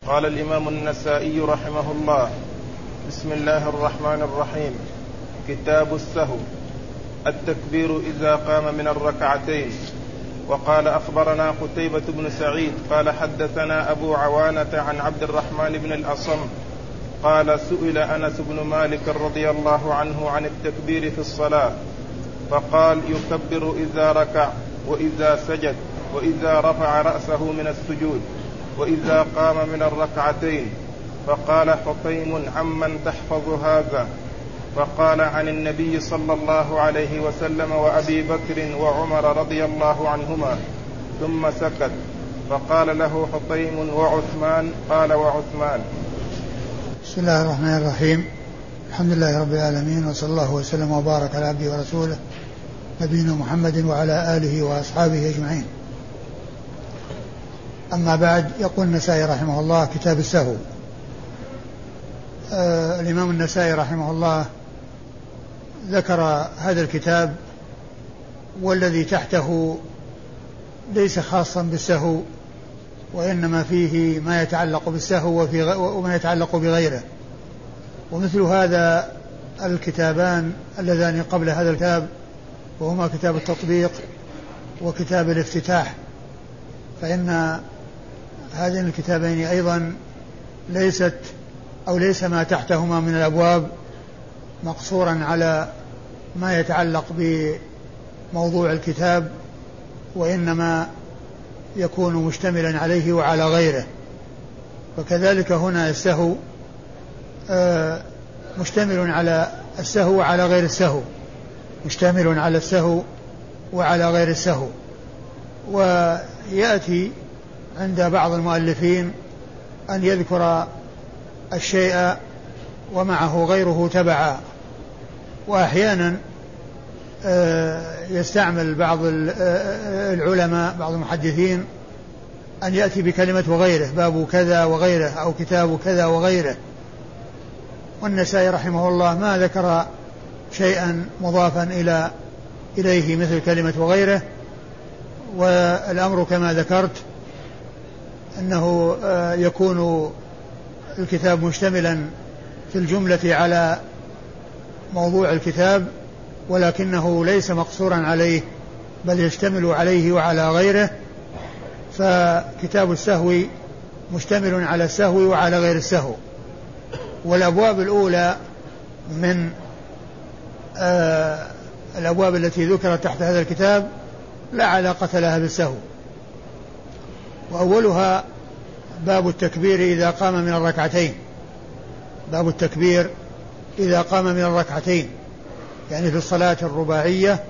قال الإمام النسائي رحمه الله: بسم الله الرحمن الرحيم. كتاب السهو. التكبير إذا قام من الركعتين. وقال: أخبرنا قتيبة بن سعيد قال: حدثنا أبو عوانة عن عبد الرحمن بن الأصم قال: سئل أنس بن مالك رضي الله عنه عن التكبير في الصلاة، فقال: يكبر إذا ركع وإذا سجد وإذا رفع رأسه من السجود وإذا قام من الركعتين. فقال حطيم: عمن تحفظ هذا؟ فقال: عن النبي صلى الله عليه وسلم وأبي بكر وعمر رضي الله عنهما. ثم سكت. فقال له حطيم: وعثمان؟ قال: وعثمان. بسم الله الرحمن الرحيم. الحمد لله رب العالمين، وصلى الله وسلم وبارك على عبده ورسوله نبينا محمد وعلى آله وأصحابه أجمعين. أما بعد، يقول النسائي رحمه الله: كتاب السهو. الإمام النسائي رحمه الله ذكر هذا الكتاب، والذي تحته ليس خاصا بالسهو، وإنما فيه ما يتعلق بالسهو وما يتعلق بغيره. ومثل هذا الكتابان اللذان قبل هذا الكتاب، وهما كتاب التطبيق وكتاب الافتتاح، فإن هذين الكتابين أيضا ليس ما تحتهما من الأبواب مقصورا على ما يتعلق بموضوع الكتاب، وإنما يكون مشتملا عليه وعلى غيره. وكذلك هنا السهو مشتمل على السهو وعلى غير السهو، مشتمل على السهو وعلى غير السهو. ويأتي عند بعض المؤلفين أن يذكر الشيء ومعه غيره تبعا، وأحيانا يستعمل بعض العلماء بعض المحدثين أن يأتي بكلمة وغيره، باب كذا وغيره، أو كتاب كذا وغيره. والنسائي رحمه الله ما ذكر شيئا مضافا إليه مثل كلمة وغيره. والأمر كما ذكرت أنه يكون الكتاب مشتملا في الجملة على موضوع الكتاب، ولكنه ليس مقصورا عليه، بل يشتمل عليه وعلى غيره. فكتاب السهو مشتمل على السهو وعلى غير السهو. والأبواب الأولى من الأبواب التي ذكرت تحت هذا الكتاب لا علاقة لها بالسهو. وأولها باب التكبير إذا قام من الركعتين. باب التكبير إذا قام من الركعتين، يعني في الصلاة الرباعية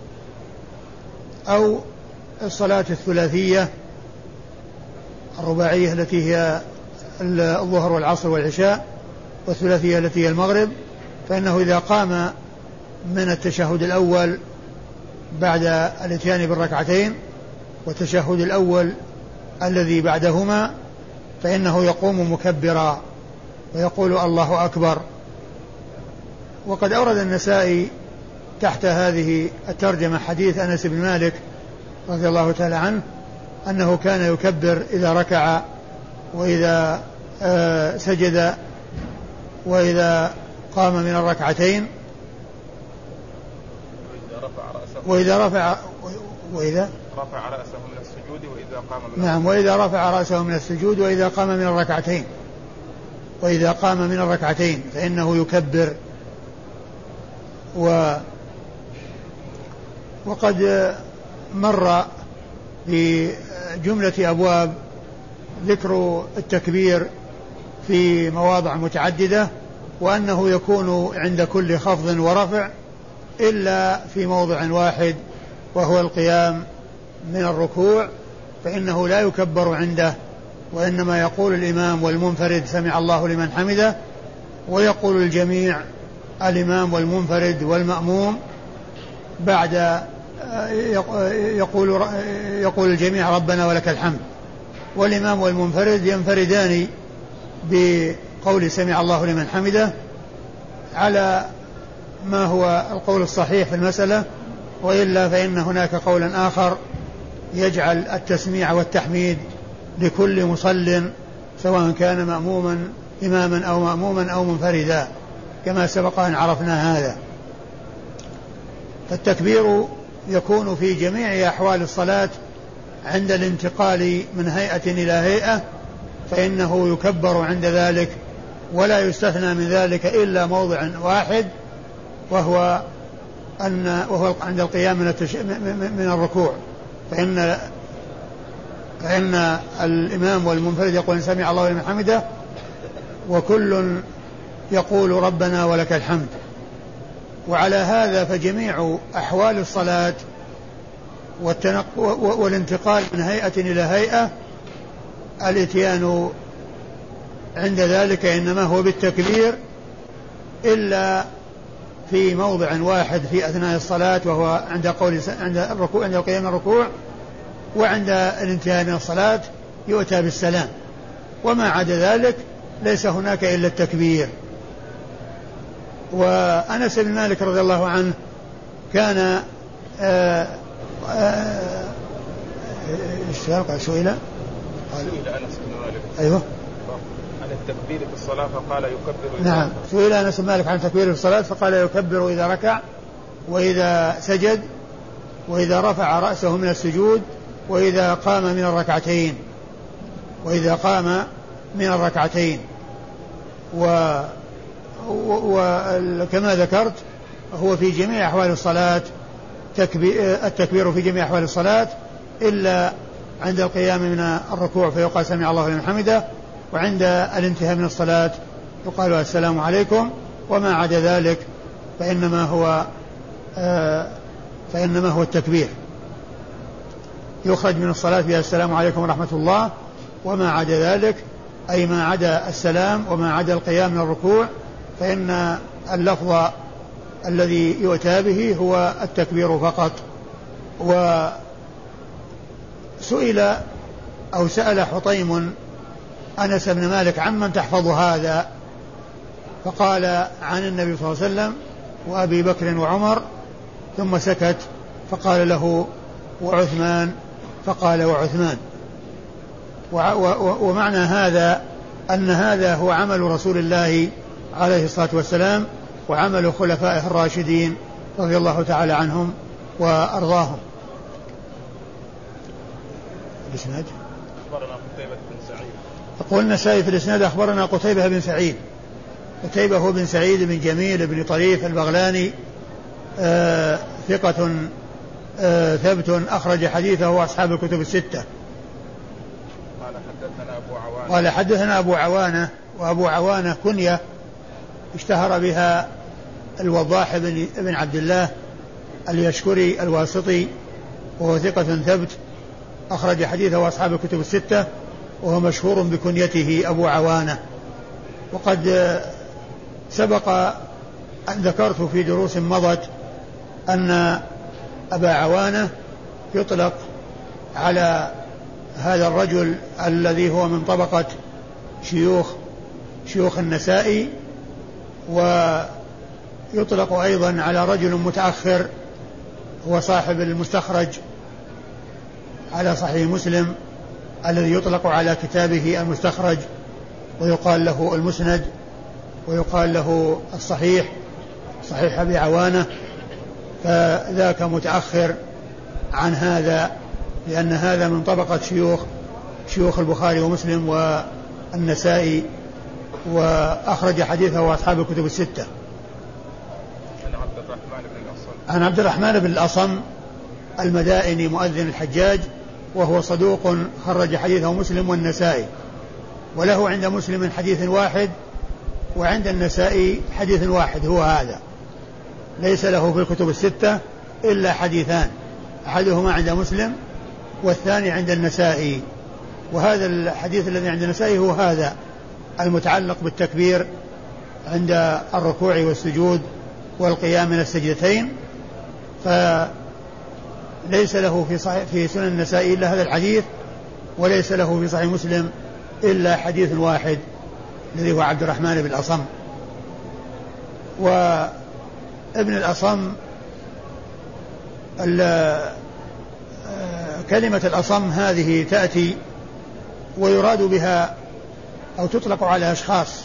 أو الصلاة الثلاثية. الرباعية التي هي الظهر والعصر والعشاء، والثلاثية التي هي المغرب. فإنه إذا قام من التشهد الأول بعد الاتيان بالركعتين والتشهد الأول الذي بعدهما، فإنه يقوم مكبرا ويقول: الله أكبر. وقد أورد النسائي تحت هذه الترجمة حديث أنس بن مالك رضي الله تعالى عنه أنه كان يكبر إذا ركع وإذا سجد وإذا قام من الركعتين، وإذا رفع رأسه من السجود وإذا قام من نعم وإذا رفع رأسه من السجود وإذا قام من الركعتين، وإذا قام من الركعتين فإنه يكبر. وقد مر بجملة أبواب ذكر التكبير في مواضع متعددة، وأنه يكون عند كل خفض ورفع إلا في موضع واحد، وهو القيام من الركوع، فإنه لا يكبر عنده، وإنما يقول الإمام والمنفرد: سمع الله لمن حمده. ويقول الجميع، الإمام والمنفرد والمأموم، بعد يقول الجميع: ربنا ولك الحمد. والإمام والمنفرد ينفردان بقول سمع الله لمن حمده على ما هو القول الصحيح في المسألة، وإلا فإن هناك قولا آخر يجعل التسميع والتحميد لكل مصل سواء كان إماما أو مأموما أو منفردا، كما سبق أن عرفنا هذا. فالتكبير يكون في جميع أحوال الصلاة عند الانتقال من هيئة إلى هيئة، فإنه يكبر عند ذلك، ولا يستثنى من ذلك إلا موضع واحد، وهو عند القيام من الركوع، فإن الإمام والمنفرد يقول سمع الله لمن حمده، وكل يقول ربنا ولك الحمد. وعلى هذا فجميع أحوال الصلاة والانتقال من هيئة إلى هيئة الاتيان عند ذلك إنما هو بالتكبير، إلا في موضع واحد في أثناء الصلاة، وهو عند الركوع، عند القيام من الركوع، وعند الانتهاء من الصلاة يؤتى بالسلام، وما عدا ذلك ليس هناك إلا التكبير. وأنس بن مالك رضي الله عنه كان سئل أنس بن مالك أيوه عن التكبير في الصلاة فقال يكبر. نعم، سئل أنس بن مالك عن التكبير في الصلاة فقال يكبر إذا ركع وإذا سجد وإذا رفع رأسه من السجود وإذا قام من الركعتين وكما ذكرت هو في جميع أحوال الصلاة التكبير في جميع أحوال الصلاة إلا عند القيام من الركوع فيقال سمع الله لمن حمده، وعند الانتهاء من الصلاة يقال السلام عليكم، وما عدا ذلك فإنما هو التكبير، يخرج من الصلاة بها السلام عليكم ورحمة الله، وما عدا ذلك أي ما عدا السلام وما عدا القيام من الركوع فإن اللفظ الذي يؤتى به هو التكبير فقط. سأل حطيم أنس بن مالك عمن تحفظ هذا، فقال عن النبي صلى الله عليه وسلم وأبي بكر وعمر، ثم سكت، فقال له وعثمان، فقال وعثمان. ومعنى هذا أن هذا هو عمل رسول الله عليه الصلاة والسلام وعمل خلفائه الراشدين رضي الله تعالى عنهم وأرضاهم. الإسناد أخبرنا قتيبة بن سعيد. يقول النسائي في الإسناد أخبرنا قتيبة بن سعيد. قتيبة هو بن سعيد بن جميل بن طريف البغلاني، ثقة ثبت أخرج حديثه أصحاب الكتب الستة. قال حدثنا أبو عوانة، وأبو عوانة كنية اشتهر بها الوضاح بن عبد الله اليشكري الواسطي، وهو ثقة ثبت أخرج حديثه أصحاب الكتب الستة، وهو مشهور بكنيته أبو عوانة. وقد سبق أن ذكرت في دروس مضت أن أبا عوانة يطلق على هذا الرجل الذي هو من طبقة شيوخ النسائي، ويطلق أيضا على رجل متأخر هو صاحب المستخرج على صحيح مسلم الذي يطلق على كتابه المستخرج، ويقال له المسند، ويقال له الصحيح، صحيح أبي عوانة، فذاك متأخر عن هذا، لأن هذا من طبقة شيوخ البخاري ومسلم والنسائي، وأخرج حديثه أصحاب الكتب الستة. عن عبد الرحمن بن الأصم المدائني مؤذن الحجاج، وهو صدوق خرج حديثه مسلم والنسائي، وله عند مسلم حديث واحد، وعند النسائي حديث واحد هو هذا، ليس له في الكتب الستة إلا حديثان، أحدهما عند مسلم والثاني عند النسائي. وهذا الحديث الذي عند النسائي هو هذا المتعلق بالتكبير عند الركوع والسجود والقيام من السجدتين، فليس له في سنن النسائي إلا هذا الحديث، وليس له في صحيح مسلم إلا حديث واحد الذي هو عبد الرحمن بن الأصم. وابن الأصم كلمة الأصم هذه تأتي ويراد بها أو تطلق على أشخاص.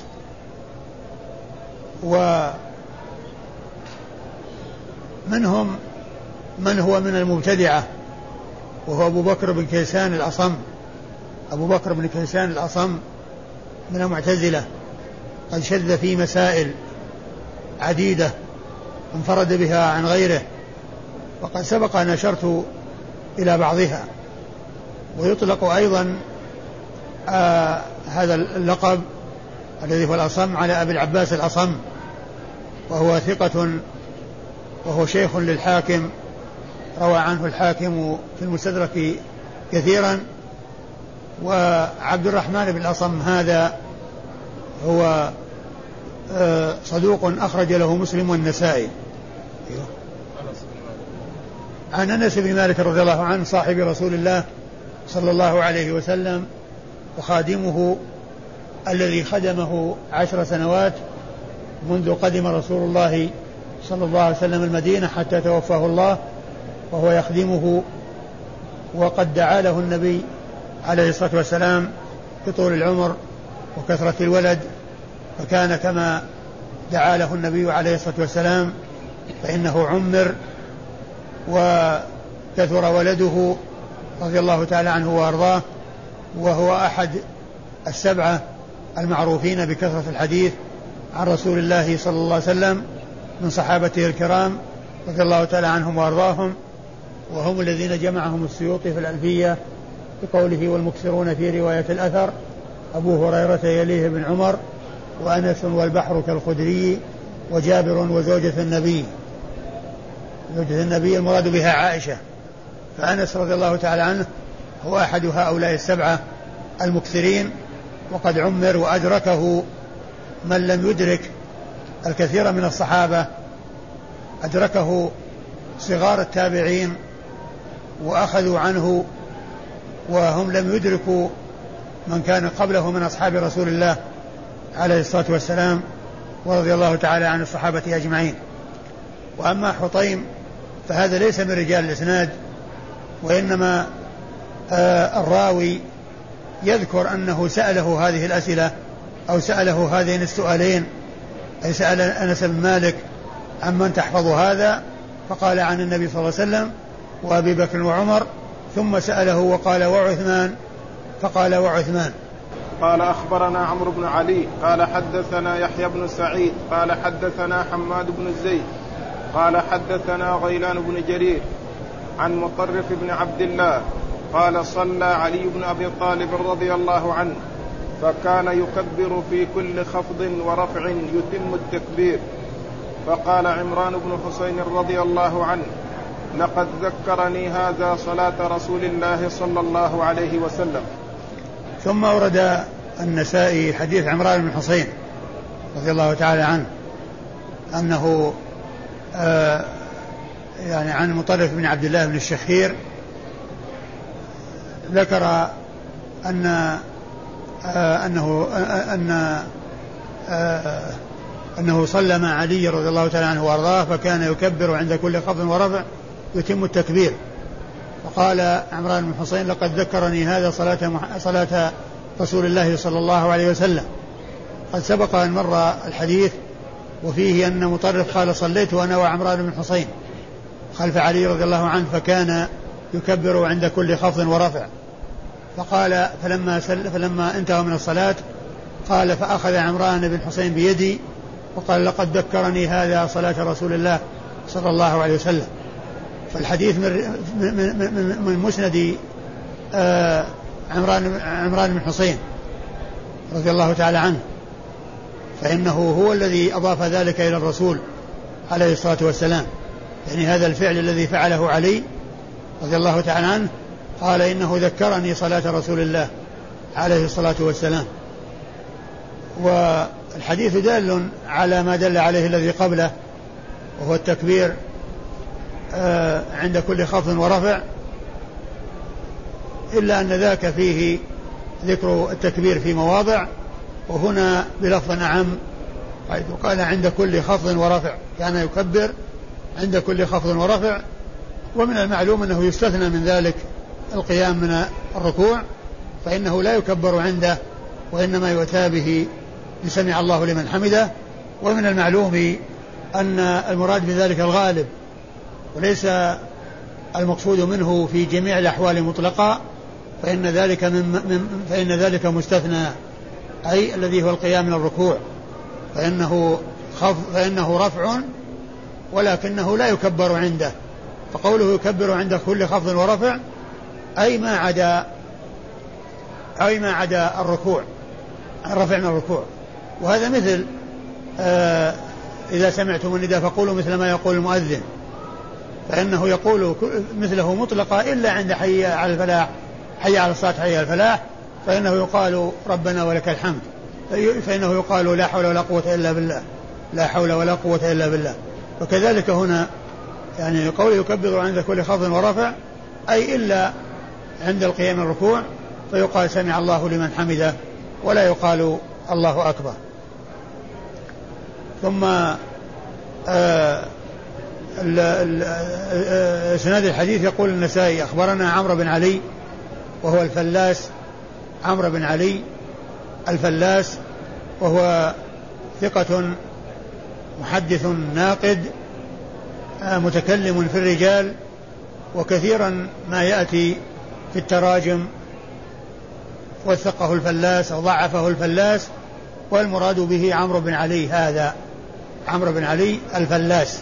ومنهم من هو من المبتدعة وهو أبو بكر بن كيسان الأصم. أبو بكر بن كيسان الأصم من المعتزلة، قد شذ في مسائل عديدة انفرد بها عن غيره، وقد سبق أن أشرت إلى بعضها. ويطلق أيضا هذا اللقب الذي هو الأصم على أبي العباس الأصم، وهو ثقة وهو شيخ للحاكم، روى عنه الحاكم في المستدرك كثيرا. وعبد الرحمن بن الأصم هذا هو صدوق أخرج له مسلم والنسائي. عن أنس بن مالك رضي الله عنه صاحب رسول الله صلى الله عليه وسلم وخادمه الذي خدمه 10 سنوات منذ قدم رسول الله صلى الله عليه وسلم المدينة حتى توفاه الله وهو يخدمه، وقد دعا له النبي عليه الصلاة والسلام بطول العمر وكثرة الولد، فكان كما دعا له النبي عليه الصلاة والسلام، فإنه عمر وكثر ولده رضي الله تعالى عنه وأرضاه، وهو أحد 7 المعروفين بكثرة الحديث عن رسول الله صلى الله عليه وسلم من صحابته الكرام رضي الله تعالى عنهم وأرضاهم، وهم الذين جمعهم السيوطي في الألفية بقوله والمكثرون في رواية الأثر أبو هريرة يليه بن عمر وأنس والبحر كالخدري وجابر وزوجة النبي. زوجة النبي المراد بها عائشة، فأنس رضي الله تعالى عنه هو أحد هؤلاء 7 المكثرين، وقد عمر وأدركه من لم يدرك الكثير من الصحابة، أدركه صغار التابعين وأخذوا عنه، وهم لم يدركوا من كان قبله من أصحاب رسول الله عليه الصلاة والسلام، ورضي الله تعالى عن الصحابة أجمعين. وأما حطيم فهذا ليس من رجال الإسناد، وإنما الراوي يذكر أنه سأله هذه الأسئلة أو سأله هذين السؤالين، أي سأل أنس بن مالك عمن تحفظ هذا، فقال عن النبي صلى الله عليه وسلم وأبي بكر وعمر، ثم سأله وقال وعثمان، فقال وعثمان. قال أخبرنا عمرو بن علي قال حدثنا يحيى بن سعيد قال حدثنا حماد بن زيد قال حدثنا غيلان بن جرير عن مطرف بن عبد الله قال صلى علي بن أبي طالب رضي الله عنه فكان يكبر في كل خفض ورفع يتم التكبير، فقال عمران بن حسين رضي الله عنه لقد ذكرني هذا صلاة رسول الله صلى الله عليه وسلم. ثم ورد النسائي حديث عمران بن حسين رضي الله تعالى عنه أنه يعني عن مطرف بن عبد الله بن الشخير ذكر أنه صلى مع علي رضي الله تعالى عنه وأرضاه فكان يكبر عند كل خفض ورفع يتم التكبير. فقال عمران بن حسين لقد ذكرني هذا صلاة رسول الله صلى الله عليه وسلم. قد سبق أن مر الحديث وفيه أن مطرف قال صليت أنا وعمران بن حسين خلف علي رضي الله عنه فكان يكبر عند كل خفض ورفع. فقال فلما انتهى من الصلاة قال فأخذ عمران بن حسين بيدي وقال لقد ذكرني هذا صلاة رسول الله صلى الله عليه وسلم. فالحديث من مسند عمران بن حسين رضي الله تعالى عنه، فإنه هو الذي أضاف ذلك إلى الرسول عليه الصلاة والسلام، يعني هذا الفعل الذي فعله علي رضي الله تعالى عنه قال إنه ذكرني صلاة رسول الله عليه الصلاة والسلام. والحديث دال على ما دل عليه الذي قبله وهو التكبير عند كل خفض ورفع، إلا أن ذاك فيه ذكر التكبير في مواضع، وهنا بلفظ أعم حيث قال عند كل خفض ورفع، كان يكبر عند كل خفض ورفع. ومن المعلوم أنه يستثنى من ذلك القيام من الركوع، فإنه لا يكبر عنده وإنما يؤتى به لسمع الله لمن حمده. ومن المعلوم أن المراد بذلك الغالب وليس المقصود منه في جميع الأحوال مطلقا، فإن ذلك مستثنى، أي الذي هو القيام من الركوع، فإنه رفع ولكنه لا يكبر عنده، فقوله يكبر عند كل خفض ورفع أي ما عدا الركوع، الرفع من الركوع. وهذا مثل إذا سمعتم النداء فقولوا مثل ما يقول المؤذن، فإنه يقول مثله مطلقا إلا عند حي على الفلاح، حي على الصلاة حي على الفلاح، فإنه يقال ربنا ولك الحمد، فإنه يقال لا حول ولا قوة إلا بالله، لا حول ولا قوة إلا بالله. وكذلك هنا يعني قوله يكبر عند كل خفض ورفع أي إلا عند القيام من الركوع، فيقال سمع الله لمن حمده ولا يقال الله أكبر. ثم سند الحديث يقول النسائي أخبرنا عمرو بن علي وهو الفلاس، عمرو بن علي الفلاس، وهو ثقة محدث ناقد متكلم في الرجال، وكثيرا ما يأتي في التراجم وثقه الفلاس أو ضعفه الفلاس، والمراد به عمرو بن علي، هذا عمرو بن علي الفلاس.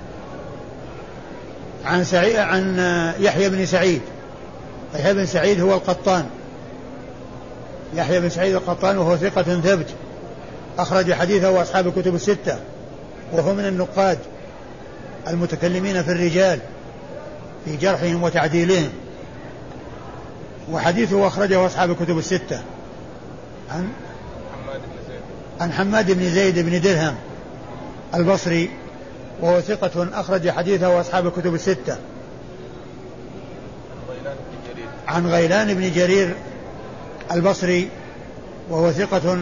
عن يحيى بن سعيد، يحيى بن سعيد هو القطان، يحيى بن سعيد القطان، وهو ثقة ثبت أخرج حديثه أصحاب الكتب الستة، وهو من النقاد المتكلمين في الرجال في جرحهم وتعديلهم، وحديثه أخرجه أصحاب الكتب الستة. عن حماد بن زيد بن درهم البصري، وهو ثقة أخرج حديثه أصحاب الكتب الستة. عن غيلان بن جرير البصري، وهو ثقة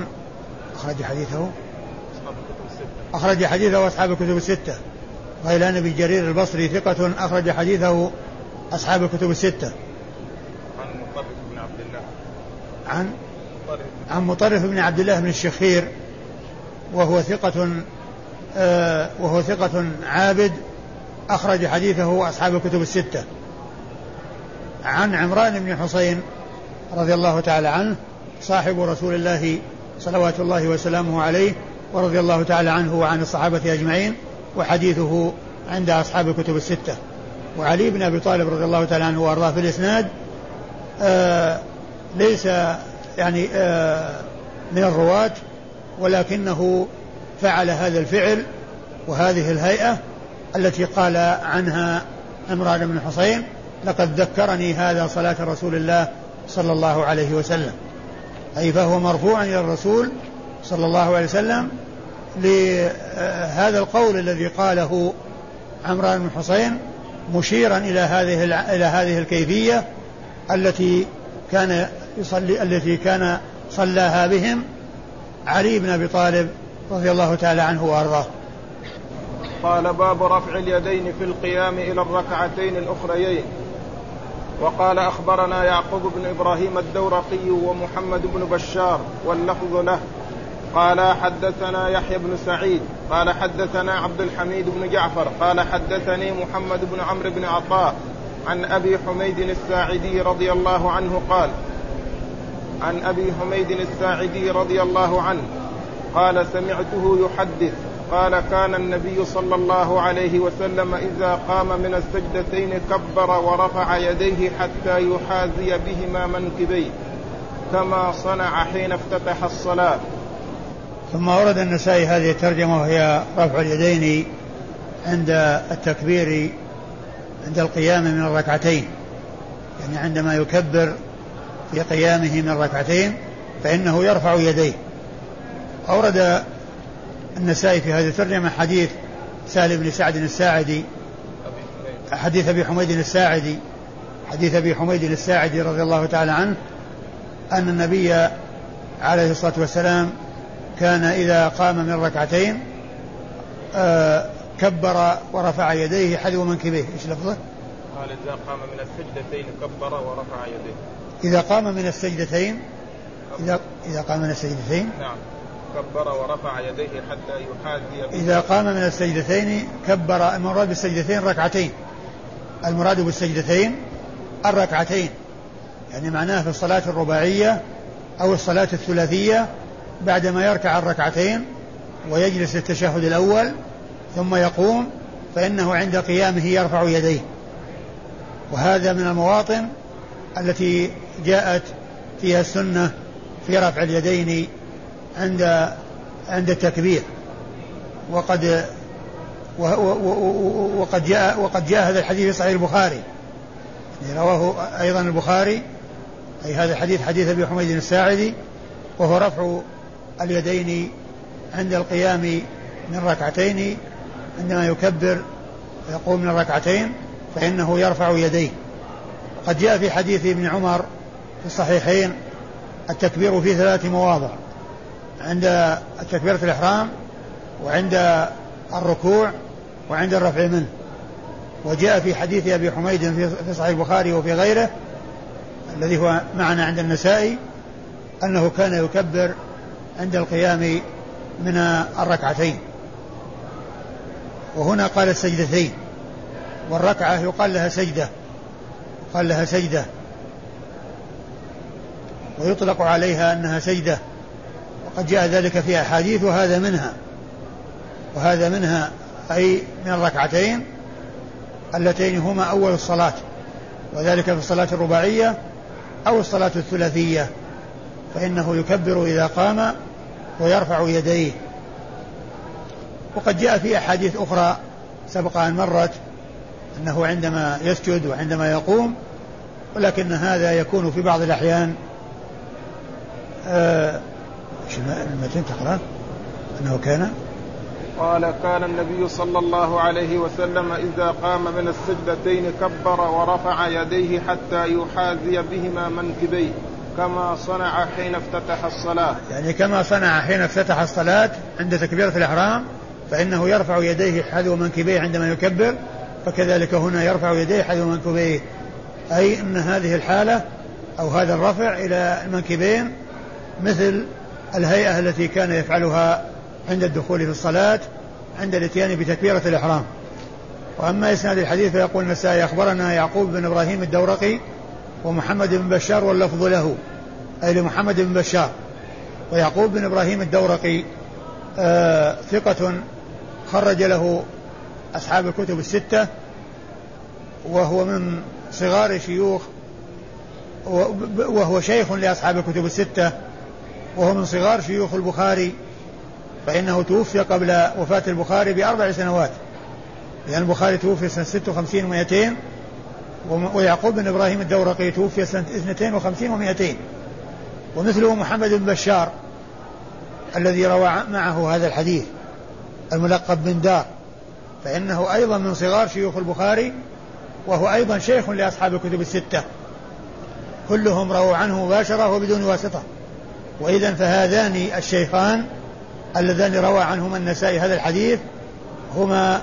أخرج حديثه أصحاب الكتب الستة. غيلان بن جرير البصري ثقة أخرج حديثه أصحاب الكتب الستة. عن مطرف بن عبد الله بن الشخير، وهو ثقة عابد أخرج حديثه أصحاب الكتب الستة. عن عمران بن حسين رضي الله تعالى عنه صاحب رسول الله صلوات الله وسلامه عليه، ورضي الله تعالى عنه وعن الصحابة أجمعين، وحديثه عند أصحاب الكتب الستة. وعلي بن أبي طالب رضي الله تعالى عنه وأرضاه في الإسناد ليس يعني من الرواة، ولكنه فعل هذا الفعل وهذه الهيئة التي قال عنها عمران بن حسين لقد ذكرني هذا صلاة رسول الله صلى الله عليه وسلم، أي فهو مرفوع إلى الرسول صلى الله عليه وسلم لهذا القول الذي قاله عمران بن حسين، مشيرا إلى هذه الكيفية التي كان صلاها بهم علي بن أبي طالب رضي الله تعالى عنه وأرضاه. قال باب رفع اليدين في القيام إلى الركعتين الأخريين. وقال أخبرنا يعقوب بن إبراهيم الدورقي ومحمد بن بشار واللفظ له قال حدثنا يحيى بن سعيد قال حدثنا عبد الحميد بن جعفر قال حدثني محمد بن عمرو بن عطاء عن أبي حميد الساعدي رضي الله عنه قال عن أبي حميد الساعدي رضي الله عنه قال سمعته يحدث قال كان النبي صلى الله عليه وسلم إذا قام من السجدتين كبر ورفع يديه حتى يحاذي بهما منكبيه كما صنع حين افتتح الصلاة. ثم ورد النسائي هذه الترجمة وهي رفع اليدين عند التكبير عند القيام من الركعتين، يعني عندما يكبر في قيامه من الركعتين فإنه يرفع يديه. أورد النسائي في هذه الترجمة حديث سهل بن سعد الساعدي، حديث أبي حميد الساعدي، حديث أبي حميد الساعدي رضي الله تعالى عنه أن النبي عليه الصلاة والسلام كان إذا قام من ركعتين كبر ورفع يديه حذو منكبيه. إيش لفظه؟ قال إذا قام من السجدتين كبر ورفع يديه. إذا قام من السجدتين إذا قام من السجدتين. نعم. كبر ورفع يديه حتى يحاذي. إذا قام من السجدتين كبر. المراد بالسجدتين ركعتين. المراد بالسجدتين الركعتين، يعني معناه في الصلاة الرباعية أو الصلاة الثلاثية بعدما يركع الركعتين ويجلس التشهد الأول ثم يقوم، فإنه عند قيامه يرفع يديه. وهذا من المواطن التي جاءت فيها السنة في رفع اليدين عند التكبير. وقد جاء هذا الحديث في صحيح البخاري، يعني رواه أيضا البخاري، أي هذا الحديث حديث أبي حميد الساعدي، وهو رفع اليدين عند القيام من ركعتين. عندما يكبر ويقوم من الركعتين فإنه يرفع يديه. قد جاء في حديث ابن عمر في الصحيحين التكبير في 3 مواضع: عند تكبيرة الإحرام، وعند الركوع، وعند الرفع منه. وجاء في حديث أبي حميد في صحيح البخاري وفي غيره الذي هو معنا عند النسائي أنه كان يكبر عند القيام من الركعتين. وهنا قال السجدتين، والركعة يقال لها سجدة، ويطلق عليها أنها سجدة، وقد جاء ذلك في أحاديث، وهذا منها أي من الركعتين اللتين هما أول الصلاة، وذلك في الصلاة الرباعية أو الصلاة الثلاثية، فإنه يكبر إذا قام ويرفع يديه. وقد جاء في أحاديث أخرى سبق أن مرت أنه عندما يسجد وعندما يقوم، ولكن هذا يكون في بعض الأحيان المتن تقرأ أنه قال كان النبي صلى الله عليه وسلم إذا قام من السجدتين كبر ورفع يديه حتى يحاذي بهما منكبيه كما صنع حين افتتح الصلاة. يعني كما صنع حين افتتح الصلاة عند تكبيرة الإحرام فإنه يرفع يديه حذو منكبيه عندما يكبر، فكذلك هنا يرفع يديه حذو منكبيه، أي أن هذه الحالة أو هذا الرفع إلى المنكبين مثل الهيئة التي كان يفعلها عند الدخول في الصلاة عند الاتيان بتكبيرة الإحرام. وأما إسناد الحديث فيقول النسائي أخبرنا يعقوب بن إبراهيم الدورقي ومحمد بن بشار واللفظ له، أي لمحمد بن بشار. ويعقوب بن إبراهيم الدورقي ثقة خرج له أصحاب الكتب الستة، وهو من صغار شيوخ، وهو شيخ لأصحاب الكتب الستة، وهو من صغار شيوخ البخاري، فإنه توفي قبل وفاة البخاري ب4 سنوات، لأن البخاري توفي سنة 56 و200، ويعقوب بن إبراهيم الدورقي توفي سنة 52 و200. ومثله محمد بن بشار الذي روى معه هذا الحديث الملقب بن دار، فإنه أيضا من صغار شيوخ البخاري، وهو أيضا شيخ لأصحاب الكتب الستة، كلهم رووا عنه مباشرة وبدون واسطة. وإذن فهذان الشيخان اللذان روى عنهما النسائي هذا الحديث هما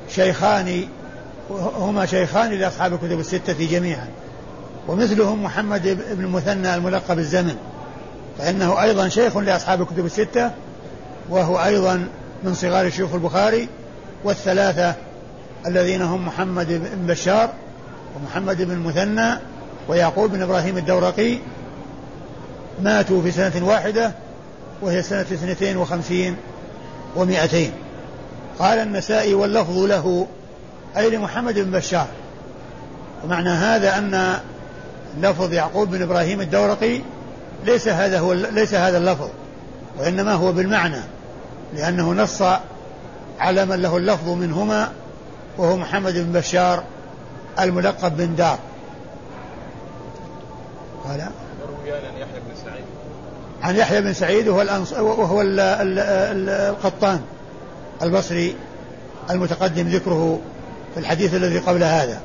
شيخان لأصحاب الكتب الستة جميعا. ومثلهم محمد بن المثنى الملقب الزمن، فإنه أيضا شيخ لأصحاب الكتب الستة، وهو أيضا من صغار شيوخ البخاري. والثلاثة الذين هم محمد بن بشار ومحمد بن المثنى ويعقوب بن إبراهيم الدورقي ماتوا في سنة واحدة وهي سنة 52 و200. قال النسائي واللفظ له، أي لمحمد بن بشار. ومعنى هذا أن لفظ يعقوب بن إبراهيم الدورقي ليس هذا اللفظ، وإنما هو بالمعنى، لأنه نص على من له اللفظ منهما، وهو محمد بن بشار الملقب بن دار. قال عن يحيى بن سعيد وهو القطان البصري المتقدم ذكره في الحديث الذي قبل هذا.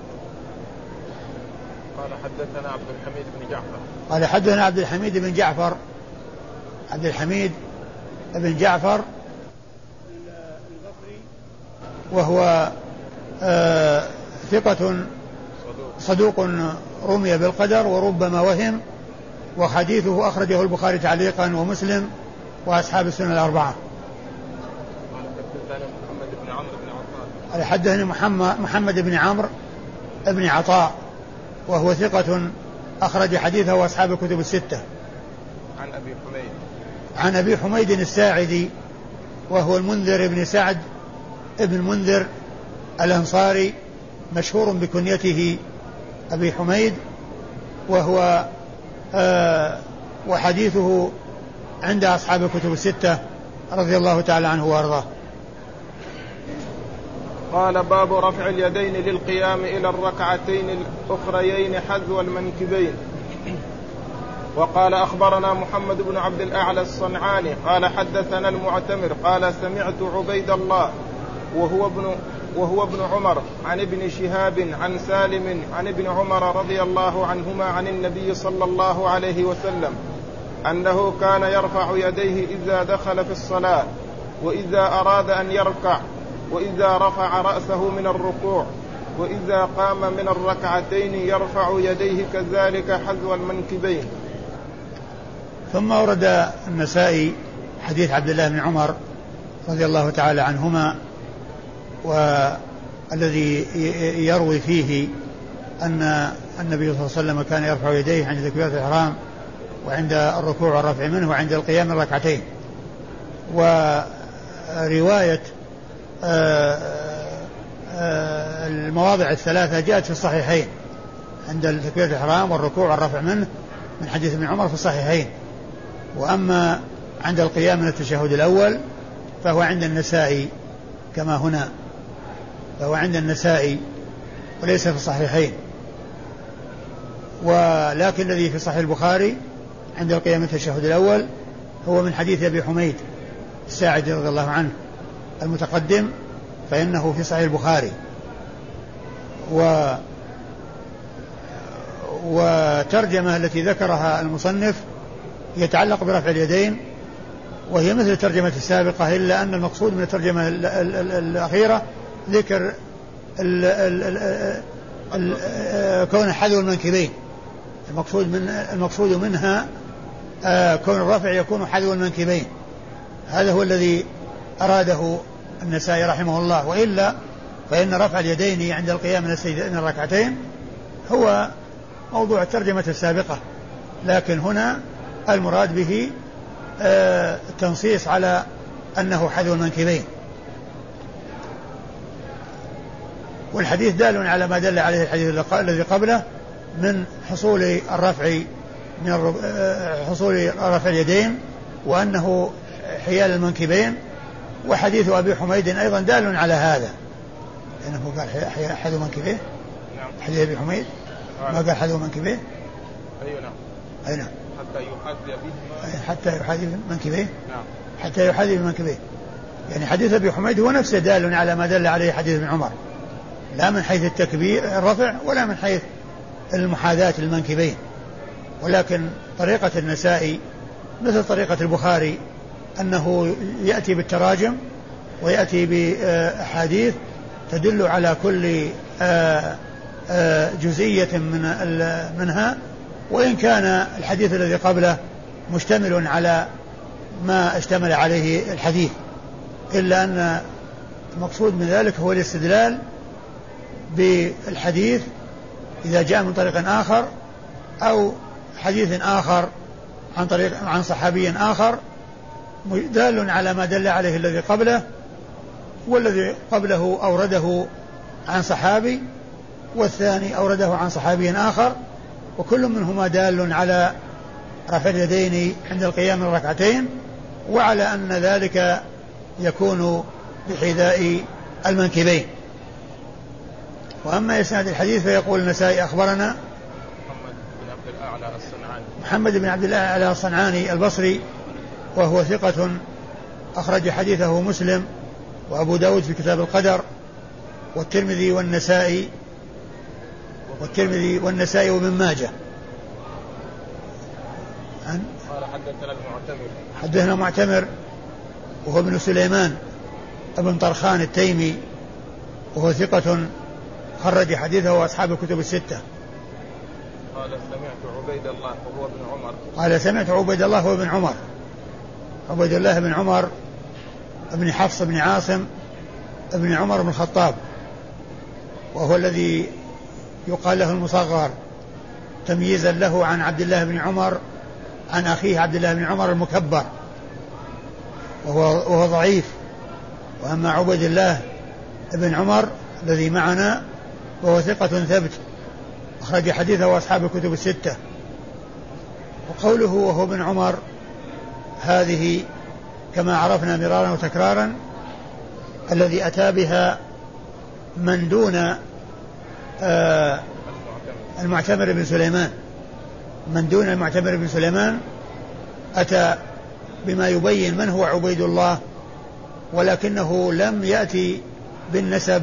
قال حدثنا عبد الحميد بن جعفر، قال حدثنا عبد الحميد بن جعفر، عبد الحميد بن جعفر البصري، وهو ثقة صدوق رمي بالقدر وربما وهم، وحديثه أخرجه البخاري تعليقا ومسلم وأصحاب السنن الأربعة. حدثني محمد بن عمرو بن عطاء وهو ثقة أخرج حديثه وأصحاب الكتب الستة. عن أبي حميد الساعدي وهو المنذر بن سعد ابن المنذر الأنصاري مشهور بكنيته أبي حميد، وهو وحديثه عند أصحاب الكتب الستة رضي الله تعالى عنه وأرضاه. قال باب رفع اليدين للقيام إلى الركعتين الأخريين حذو المنكبين. وقال أخبرنا محمد بن عبد الأعلى الصنعاني قال حدثنا المعتمر قال سمعت عبيد الله وهو ابن عمر عن ابن شهاب عن سالم عن ابن عمر رضي الله عنهما عن النبي صلى الله عليه وسلم أنه كان يرفع يديه إذا دخل في الصلاة وإذا أراد أن يركع وإذا رفع رأسه من الركوع وإذا قام من الركعتين يرفع يديه كذلك حذو المنكبين. ثم ورد النسائي حديث عبد الله بن عمر رضي الله تعالى عنهما والذي يروي فيه أن النبي صلى الله عليه وسلم كان يرفع يديه عند تكبيرة الإحرام وعند الركوع والرفع منه وعند القيام من ركعتين. ورواية المواضع الثلاثة جاءت في الصحيحين عند تكبيرة الإحرام والركوع والرفع منه من حديث ابن عمر في الصحيحين. وأما عند القيام من التشهد الأول فهو عند النسائي كما هنا، فهو عند النسائي وليس في الصحيحين. ولكن الذي في صحيح البخاري عند القيام من التشهد الأول هو من حديث أبي حميد الساعدي رضي الله عنه المتقدم، فإنه في صحيح البخاري. وترجمة التي ذكرها المصنف يتعلق برفع اليدين وهي مثل الترجمة السابقة، إلا أن المقصود من الترجمة الأخيرة ذكر كون حذو المنكبين. المقصود منها كون الرفع يكون حذو المنكبين، هذا هو الذي أراده النسائي رحمه الله. وإلا فإن رفع اليدين عند القيام من الركعتين هو موضوع الترجمة السابقة، لكن هنا المراد به التنصيص على أنه حذو المنكبين. والحديث دال على ما دل عليه الحديث الذي قبله من حصول رفع اليدين وأنه حيال المنكبين. وحديث أبي حميد أيضا دال على هذا، لأنه قال حذو منكبيه. حديث أبي حميد ما قال حذو منكبيه. أي نعم. حتى يحاذي منكبيه. حتى يحاذي منكبيه. يعني حديث أبي حميد هو نفسه دال على ما دل عليه حديث ابن عمر، لا من حيث التكبير الرفع ولا من حيث المحاذاة المنكبين. ولكن طريقة النسائي مثل طريقة البخاري أنه يأتي بالتراجم ويأتي بأحاديث تدل على كل جزئية منها، وإن كان الحديث الذي قبله مشتمل على ما اشتمل عليه الحديث، إلا أن المقصود من ذلك هو الاستدلال بالحديث إذا جاء من طريق آخر أو حديث آخر عن صحابي آخر دال على ما دل عليه الذي قبله، والذي قبله أورده عن صحابي والثاني أورده عن صحابي آخر، وكل منهما دال على رفع اليدين عند القيام من الركعتين، وعلى أن ذلك يكون بحذاء المنكبين. وأما إسناد الحديث فيقول النسائي أخبرنا محمد بن عبد الأعلى الصنعاني البصري وهو ثقة أخرج حديثه مسلم وأبو داود في كتاب القدر والترمذي والنسائي وابن ماجه. قال حدثنا معتمر وهو ابن سليمان ابن طرخان التيمي وهو ثقة خرج حديثه وأصحاب الكتب الستة. قال سمعت عبيد الله وهو ابن عمر. قال سمعت عبيد الله وهو ابن عمر. عبيد الله بن عمر ابن حفص بن عاصم ابن عمر بن الخطاب، وهو الذي يقال له المصغر تمييزا له عن عبد الله بن عمر عن أخيه عبد الله بن عمر المكبر، وهو ضعيف. وأما عبيد الله بن عمر الذي معنا وهو ثقة ثبت أخرج حديثه أصحاب الكتب الستة. وقوله وهو ابن عمر هذه كما عرفنا مرارا وتكرارا الذي أتى بها من دون المعتمر بن سليمان، من دون المعتمر بن سليمان أتى بما يبين من هو عبيد الله، ولكنه لم يأتي بالنسب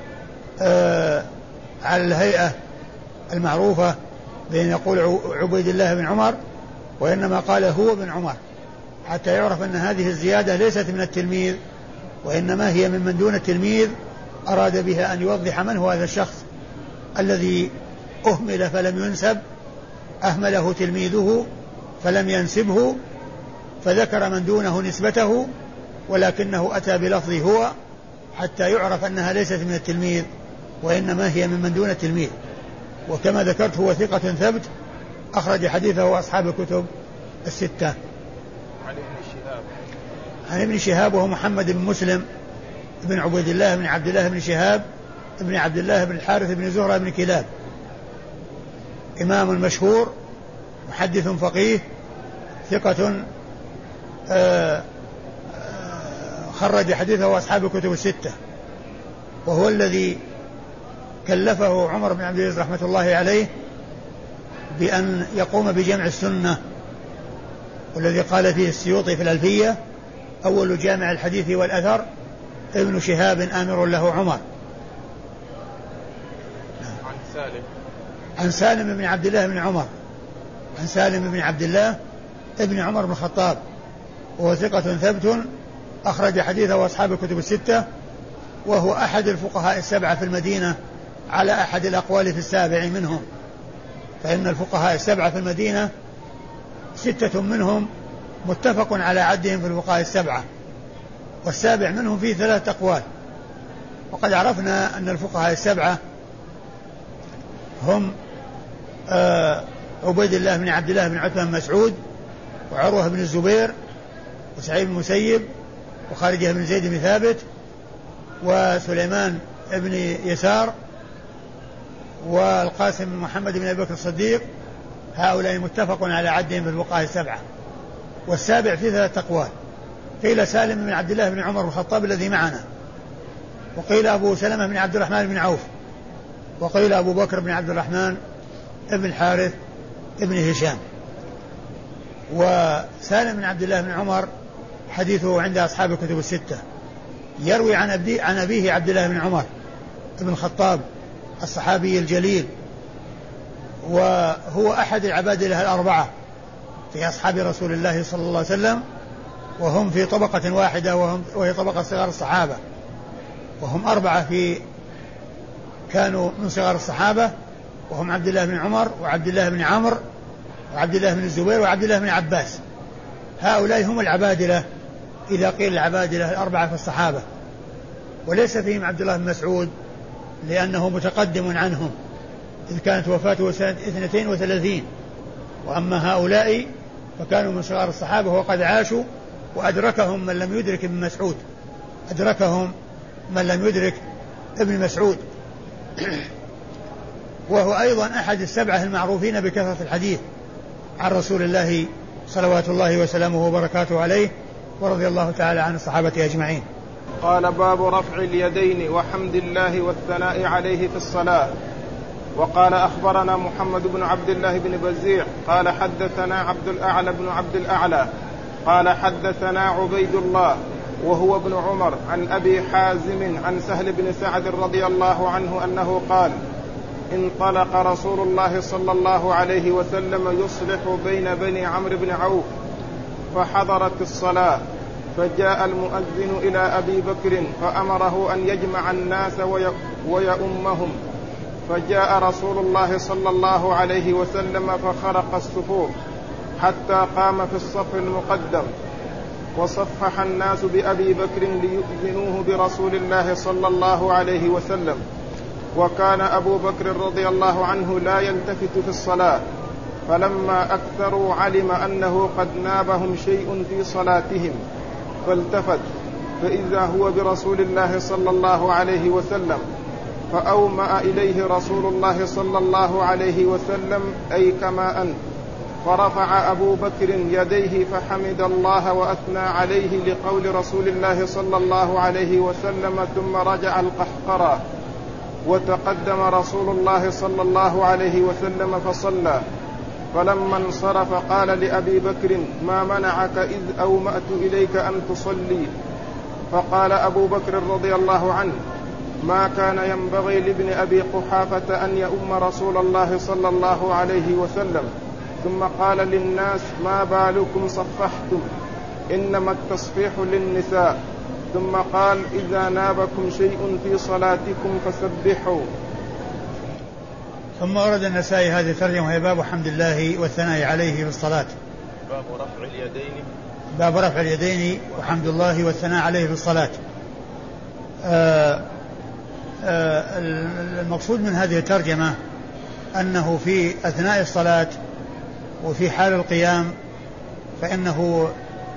على الهيئة المعروفة بأن يقول عبيد الله بن عمر، وإنما قال هو بن عمر حتى يعرف أن هذه الزيادة ليست من التلميذ وإنما هي من دون التلميذ، أراد بها أن يوضح من هو هذا الشخص الذي أهمل فلم ينسب، أهمله تلميذه فلم ينسبه، فذكر من دونه نسبته ولكنه أتى بلفظ هو حتى يعرف أنها ليست من التلميذ وإنما هي من دون التلميذ. وكما ذكرت هو ثقة ثبت أخرج حديثه أصحاب الكتب الستة. عن ابن شهاب وهو محمد بن مسلم بن عبيد الله بن عبد الله بن شهاب بن عبد الله بن الحارث بن زهرة بن كلاب، إمام مشهور محدث فقيه ثقة خرج حديثه أصحاب الكتب الستة، وهو الذي كلفه عمر بن عبد العزيز رحمة الله عليه بأن يقوم بجمع السنة، والذي قال فيه السيوطي في الألفية أول جامع الحديث والأثر ابن شهاب آمر له عمر. عن سالم بن عبد الله بن عمر، عن سالم بن عبد الله ابن عمر بن الخطاب، وهو ثقة ثبت أخرج حديثه أصحاب الكتب الستة، وهو أحد الفقهاء السبعة في المدينة على أحد الأقوال في السابع منهم، فإن الفقهاء السبعة في المدينة ستة منهم متفق على عدهم في الفقهاء السبعة، والسابع منهم فيه 3 أقوال. وقد عرفنا أن الفقهاء السبعة هم عبيد الله بن عبد الله بن عتبة بن مسعود، وعروة بن الزبير، وسعيد بن المسيب، وخارجة بن زيد بن ثابت، وسليمان بن يسار، والقاسم بن محمد بن أبي بكر الصديق. هؤلاء متفق على عدهم في الفقهاء السبعة. والسابع فيه 3 أقوال، قيل سالم بن عبد الله بن عمر بن الخطاب الذي معنا، وقيل أبو سلمة بن عبد الرحمن بن عوف، وقيل أبو بكر بن عبد الرحمن بن الحارث بن هشام. وسالم بن عبد الله بن عمر حديثه عند أصحاب الكتب الستة، يروي عن أبيه عبد الله بن عمر بن الخطاب الصحابي الجليل، وهو أحد العبادلة الأربعة في أصحاب رسول الله صلى الله عليه وسلم، وهم في طبقة واحدة وهي طبقة صغار الصحابة، وهم 4 كانوا من صغار الصحابة، وهم عبد الله بن عمر وعبد الله بن عمرو وعبد الله بن الزبير وعبد الله بن عباس. هؤلاء هم العبادلة إذا قيل العبادلة الأربعة في الصحابة، وليس فيهم عبد الله بن مسعود لأنه متقدم عنهم إذ كانت وفاته سنة 32. وأما هؤلاء فكانوا من صغار الصحابة وقد عاشوا، وأدركهم من لم يدرك ابن مسعود، أدركهم من لم يدرك ابن مسعود. وهو أيضا أحد السبعة المعروفين بكثرة الحديث عن رسول الله صلوات الله وسلامه وبركاته عليه، ورضي الله تعالى عن الصحابة أجمعين. قال باب رفع اليدين وحمد الله والثناء عليه في الصلاة. وقال أخبرنا محمد بن عبد الله بن بزيع قال حدثنا عبد الأعلى بن عبد الأعلى قال حدثنا عبيد الله وهو ابن عمر عن أبي حازم عن سهل بن سعد رضي الله عنه أنه قال انطلق رسول الله صلى الله عليه وسلم يصلح بين بني عمرو بن عوف، فحضرت الصلاة، فجاء المؤذن إلى أبي بكر فأمره أن يجمع الناس ويؤمهم، فجاء رسول الله صلى الله عليه وسلم فخرق الصفوف حتى قام في الصف المقدم، وصفح الناس بأبي بكر ليؤذنوه برسول الله صلى الله عليه وسلم. وكان أبو بكر رضي الله عنه لا يلتفت في الصلاة، فلما أكثروا علم أنه قد نابهم شيء في صلاتهم فالتفت، فإذا هو برسول الله صلى الله عليه وسلم، فأومأ إليه رسول الله صلى الله عليه وسلم أي كما أنت، فرفع أبو بكر يديه فحمد الله وأثنى عليه لقول رسول الله صلى الله عليه وسلم، ثم رجع القحقرة، وتقدم رسول الله صلى الله عليه وسلم فصلى. فلما انصرف قال لأبي بكر: ما منعك إذ أومأت إليك أن تصلي؟ فقال أبو بكر رضي الله عنه: ما كان ينبغي لابن أبي قحافة أن يؤم رسول الله صلى الله عليه وسلم. ثم قال للناس: ما بالكم صفحتم؟ إنما التصفيح للنساء. ثم قال: إذا نابكم شيء في صلاتكم فسبحوا. ثم ورد النسائي هذه الترجمة وهي باب حمد الله والثناء عليه في الصلاة. باب رفع اليدين وحمد الله والثناء عليه في الصلاة. المقصود من هذه الترجمة أنه في أثناء الصلاة وفي حال القيام فإنه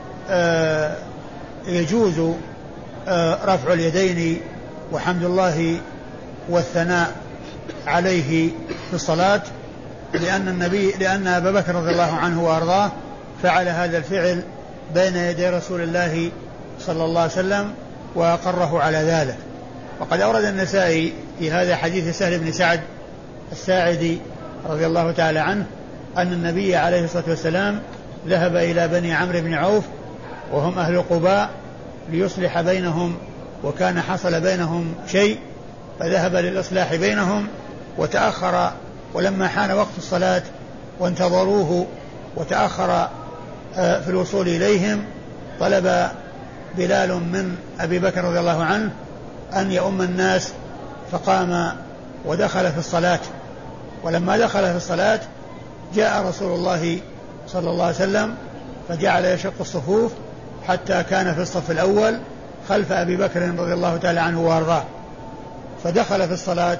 يجوز رفع اليدين وحمد الله والثناء عليه في الصلاة، لأن أبا بكر رضي الله عنه وأرضاه فعل هذا الفعل بين يدي رسول الله صلى الله عليه وسلم وأقره على ذلك. وقد أورد النسائي في هذا حديث سهل بن سعد الساعدي رضي الله تعالى عنه أن النبي عليه الصلاة والسلام ذهب إلى بني عمرو بن عوف وهم أهل قباء ليصلح بينهم، وكان حصل بينهم شيء فذهب للإصلاح بينهم وتأخر، ولما حان وقت الصلاة وانتظروه وتأخر في الوصول إليهم طلب بلال من أبي بكر رضي الله عنه أن يؤم الناس، فقام ودخل في الصلاة. ولما دخل في الصلاة جاء رسول الله صلى الله عليه وسلم فجعل يشق الصفوف حتى كان في الصف الأول خلف أبي بكر رضي الله تعالى عنه وارضاه، فدخل في الصلاة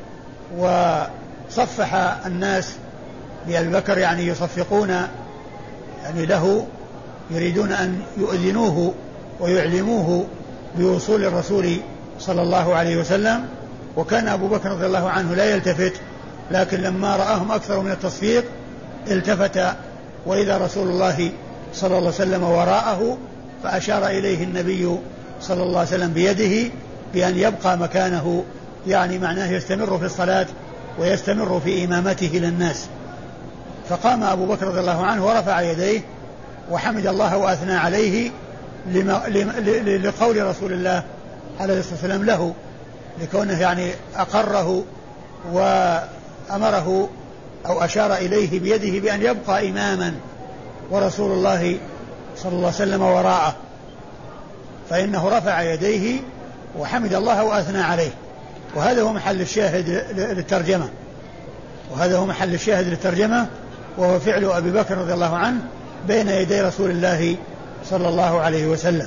وصفح الناس بأبي بكر، يعني يصفقون يعني له، يريدون أن يؤذنوه ويعلموه بوصول الرسول صلى الله عليه وسلم. وكان أبو بكر رضي الله عنه لا يلتفت، لكن لما رآهم أكثر من التصفيق التفت، وإذا رسول الله صلى الله عليه وسلم وراءه، فأشار إليه النبي صلى الله عليه وسلم بيده بأن يبقى مكانه، يعني معناه يستمر في الصلاة ويستمر في إمامته للناس. فقام أبو بكر رضي الله عنه ورفع يديه وحمد الله وأثنى عليه لقول رسول الله عليه الصلاة والسلام له، لكونه يعني أقره وأمره أو أشار إليه بيده بأن يبقى إماما ورسول الله صلى الله عليه وسلم وراءه، فإنه رفع يديه وحمد الله وأثنى عليه. وهذا هو محل الشاهد للترجمة، وهو فعل أبي بكر رضي الله عنه بين يدي رسول الله صلى الله عليه وسلم.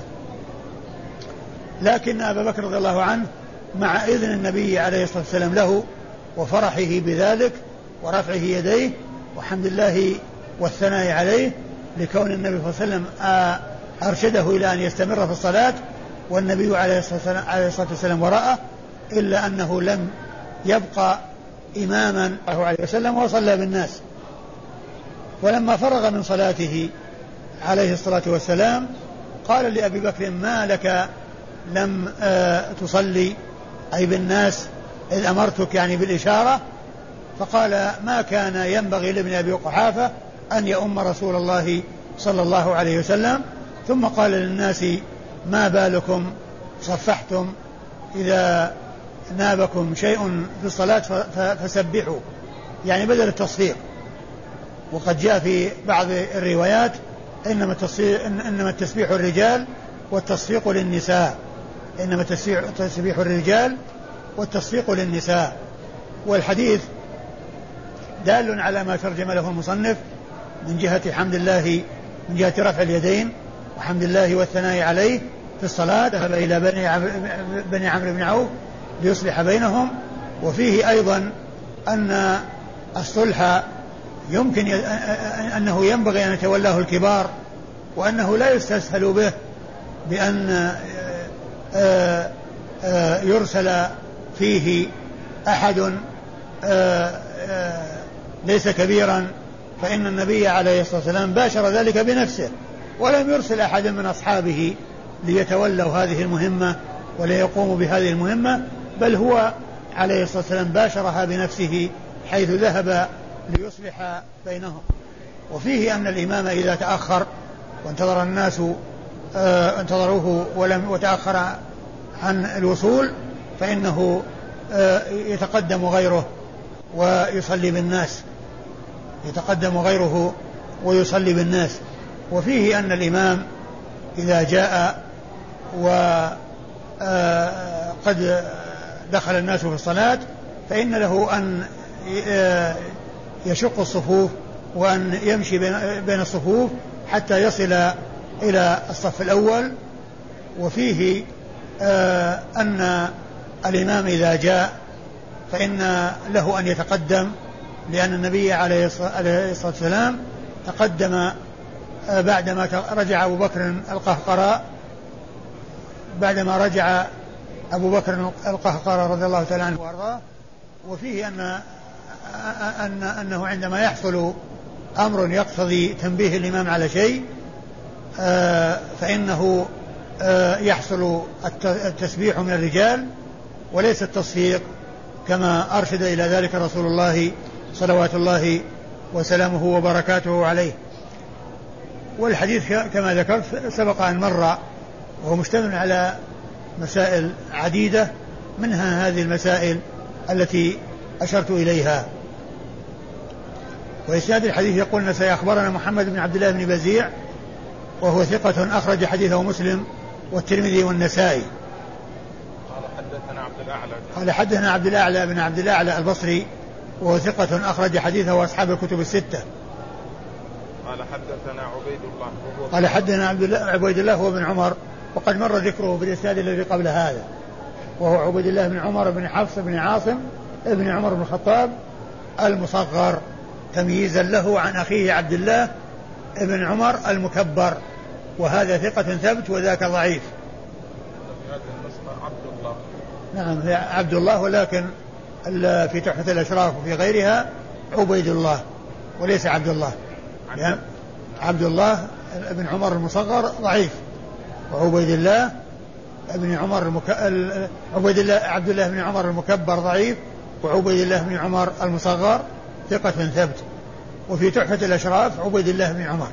لكن أبا بكر رضي الله عنه مع إذن النبي عليه الصلاة والسلام له وفرحه بذلك ورفعه يديه وحمد الله والثناء عليه، لكون النبي صلى الله عليه وسلم أرشده إلى أن يستمر في الصلاة والنبي عليه الصلاة والسلام وراءه، إلا أنه لم يبقى إماما عليه وسلم وصلى بالناس. ولما فرغ من صلاته عليه الصلاة والسلام قال لأبي بكر: ما لك لم تصلي أي بالناس إذ أمرتك يعني بالإشارة؟ فقال: ما كان ينبغي لابن أبي قحافة أن يؤم رسول الله صلى الله عليه وسلم. ثم قال للناس: ما بالكم صفحتم؟ إذا نابكم شيء في الصلاة فسبحوا، يعني بدل التصفيق. وقد جاء في بعض الروايات إنما التسبيح الرجال والتصفيق للنساء، إنما التسبيح الرجال والتصفيق للنساء. والحديث دال على ما ترجم له المصنف من جهة حمد الله، من جهة رفع اليدين وحمد الله والثناء عليه في الصلاة. ذهب إلى بني عمرو بن عوف ليصلح بينهم. وفيه أيضا أن الصلح يمكن أنه ينبغي أن يتولاه الكبار، وأنه لا يستسهل به بأن يرسل فيه أحد ليس كبيرا، فإن النبي عليه الصلاة والسلام باشر ذلك بنفسه ولم يرسل أحد من أصحابه ليتولوا هذه المهمة وليقوموا بهذه المهمة، بل هو عليه الصلاة والسلام باشرها بنفسه حيث ذهب ليصلح بينهم. وفيه أن الإمام إذا تأخر وانتظر الناس انتظروه وتأخر عن الوصول فإنه يتقدم غيره ويصلي بالناس، يتقدم غيره ويصلي بالناس. وفيه أن الإمام إذا جاء وقد دخل الناس في الصلاة فإن له أن يشق الصفوف وأن يمشي بين الصفوف حتى يصل إلى الصف الأول. وفيه أن الإمام إذا جاء فإن له أن يتقدم، لأن النبي عليه الصلاة والسلام تقدم بعدما رجع أبو بكر القهقراء، بعدما رجع أبو بكر القهقراء رضي الله تعالى عنه وأرضاه. وفيه أنه عندما يحصل أمر يقتضي تنبيه الإمام على شيء فإنه يحصل التسبيح من الرجال وليس التصفيق، كما أرشد إلى ذلك رسول الله صلوات الله وسلامه وبركاته عليه. والحديث كما ذكرت سبق أن مر، وهو مشتمل على مسائل عديدة، منها هذه المسائل التي أشرت إليها. وإسناد الحديث يقول سيخبرنا محمد بن عبد الله بن بزيع وهو ثقة أخرج حديثه مسلم والترمذي والنسائي. قال حدثنا عبد الأعلى بن عبد الأعلى البصري وهو ثقة أخرج حديثه أصحاب الكتب الستة. قال حدثنا عبيد الله قال حدثنا عبيد الله هو بن عمر، وقد مر ذكره بالإسناد الذي قبل هذا، وهو عبيد الله بن عمر بن حفص بن عاصم ابن عمر بن الخطاب المصغر، تمييزا له عن أخيه عبد الله ابن عمر المكبر، وهذا ثقة ثبت وذاك ضعيف. نعم عبد الله، ولكن في تحفة الأشراف وفي غيرها عبيد الله وليس عبد الله، يعني عبد الله ابن عمر المصغر ضعيف، وعبيد الله ابن عمر عبد الله بن عمر المكبر ضعيف، وعبيد الله بن عمر المصغر ثقة ثبت. وفي تحفة الأشراف عبيد الله بن عمر.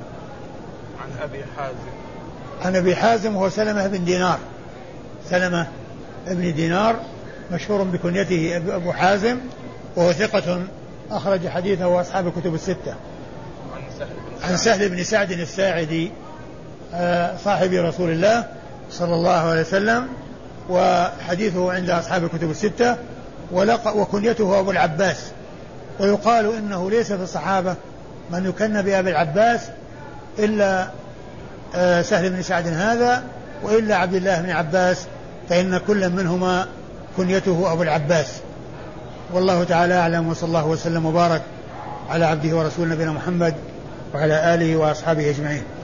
عن أبي حازم وهو سلمة بن دينار، سلمة ابن دينار مشهور بكنيته أبو حازم، وهو ثقة أخرج حديثه وأصحاب الكتب الستة. عن سهل بن سعد الساعدي صاحب رسول الله صلى الله عليه وسلم، وحديثه عند أصحاب الكتب الستة، وكنيته أبو العباس. ويقال إنه ليس في الصحابة من يكن بأبي العباس إلا سهل بن سعد هذا وإلا عبد الله بن عباس، فإن كل منهما كنيته أبو العباس. والله تعالى أعلم، وصلى الله وسلم وبارك على عبده ورسوله نبينا محمد وعلى آله وأصحابه أجمعين.